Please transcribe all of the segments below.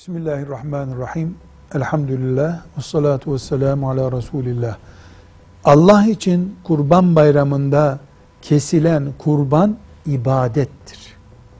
Bismillahirrahmanirrahim. Elhamdülillah. Vessalatu vesselamu ala Resulillah. Allah için Kurban Bayramı'nda kesilen kurban ibadettir.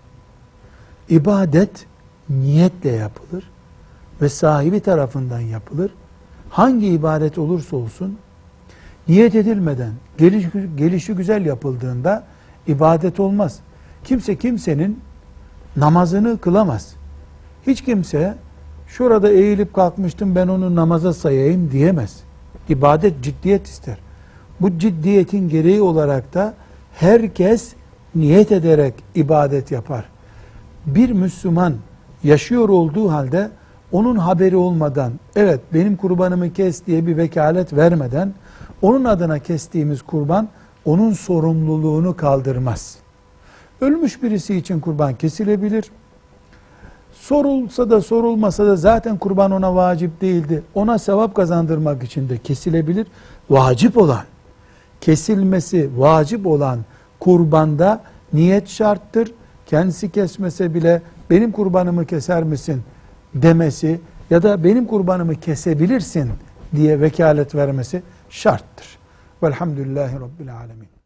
İbadet niyetle yapılır ve sahibi tarafından yapılır. Hangi ibadet olursa olsun niyet edilmeden, gelişi güzel yapıldığında ibadet olmaz. Kimse kimsenin namazını kılamaz. Hiç kimse şurada eğilip kalkmıştım ben onu namaza sayayım diyemez. İbadet ciddiyet ister. Bu ciddiyetin gereği olarak da herkes niyet ederek ibadet yapar. Bir Müslüman yaşıyor olduğu halde onun haberi olmadan, evet benim kurbanımı kes diye bir vekalet vermeden, onun adına kestiğimiz kurban onun sorumluluğunu kaldırmaz. Ölmüş birisi için kurban kesilebilir. Sorulsa da sorulmasa da zaten kurban ona vacip değildi. Ona sevap kazandırmak için de kesilebilir. Vacip olan, kesilmesi vacip olan kurbanda niyet şarttır. Kendisi kesmese bile benim kurbanımı keser misin demesi ya da benim kurbanımı kesebilirsin diye vekalet vermesi şarttır. Velhamdülillahi Rabbil Alemin.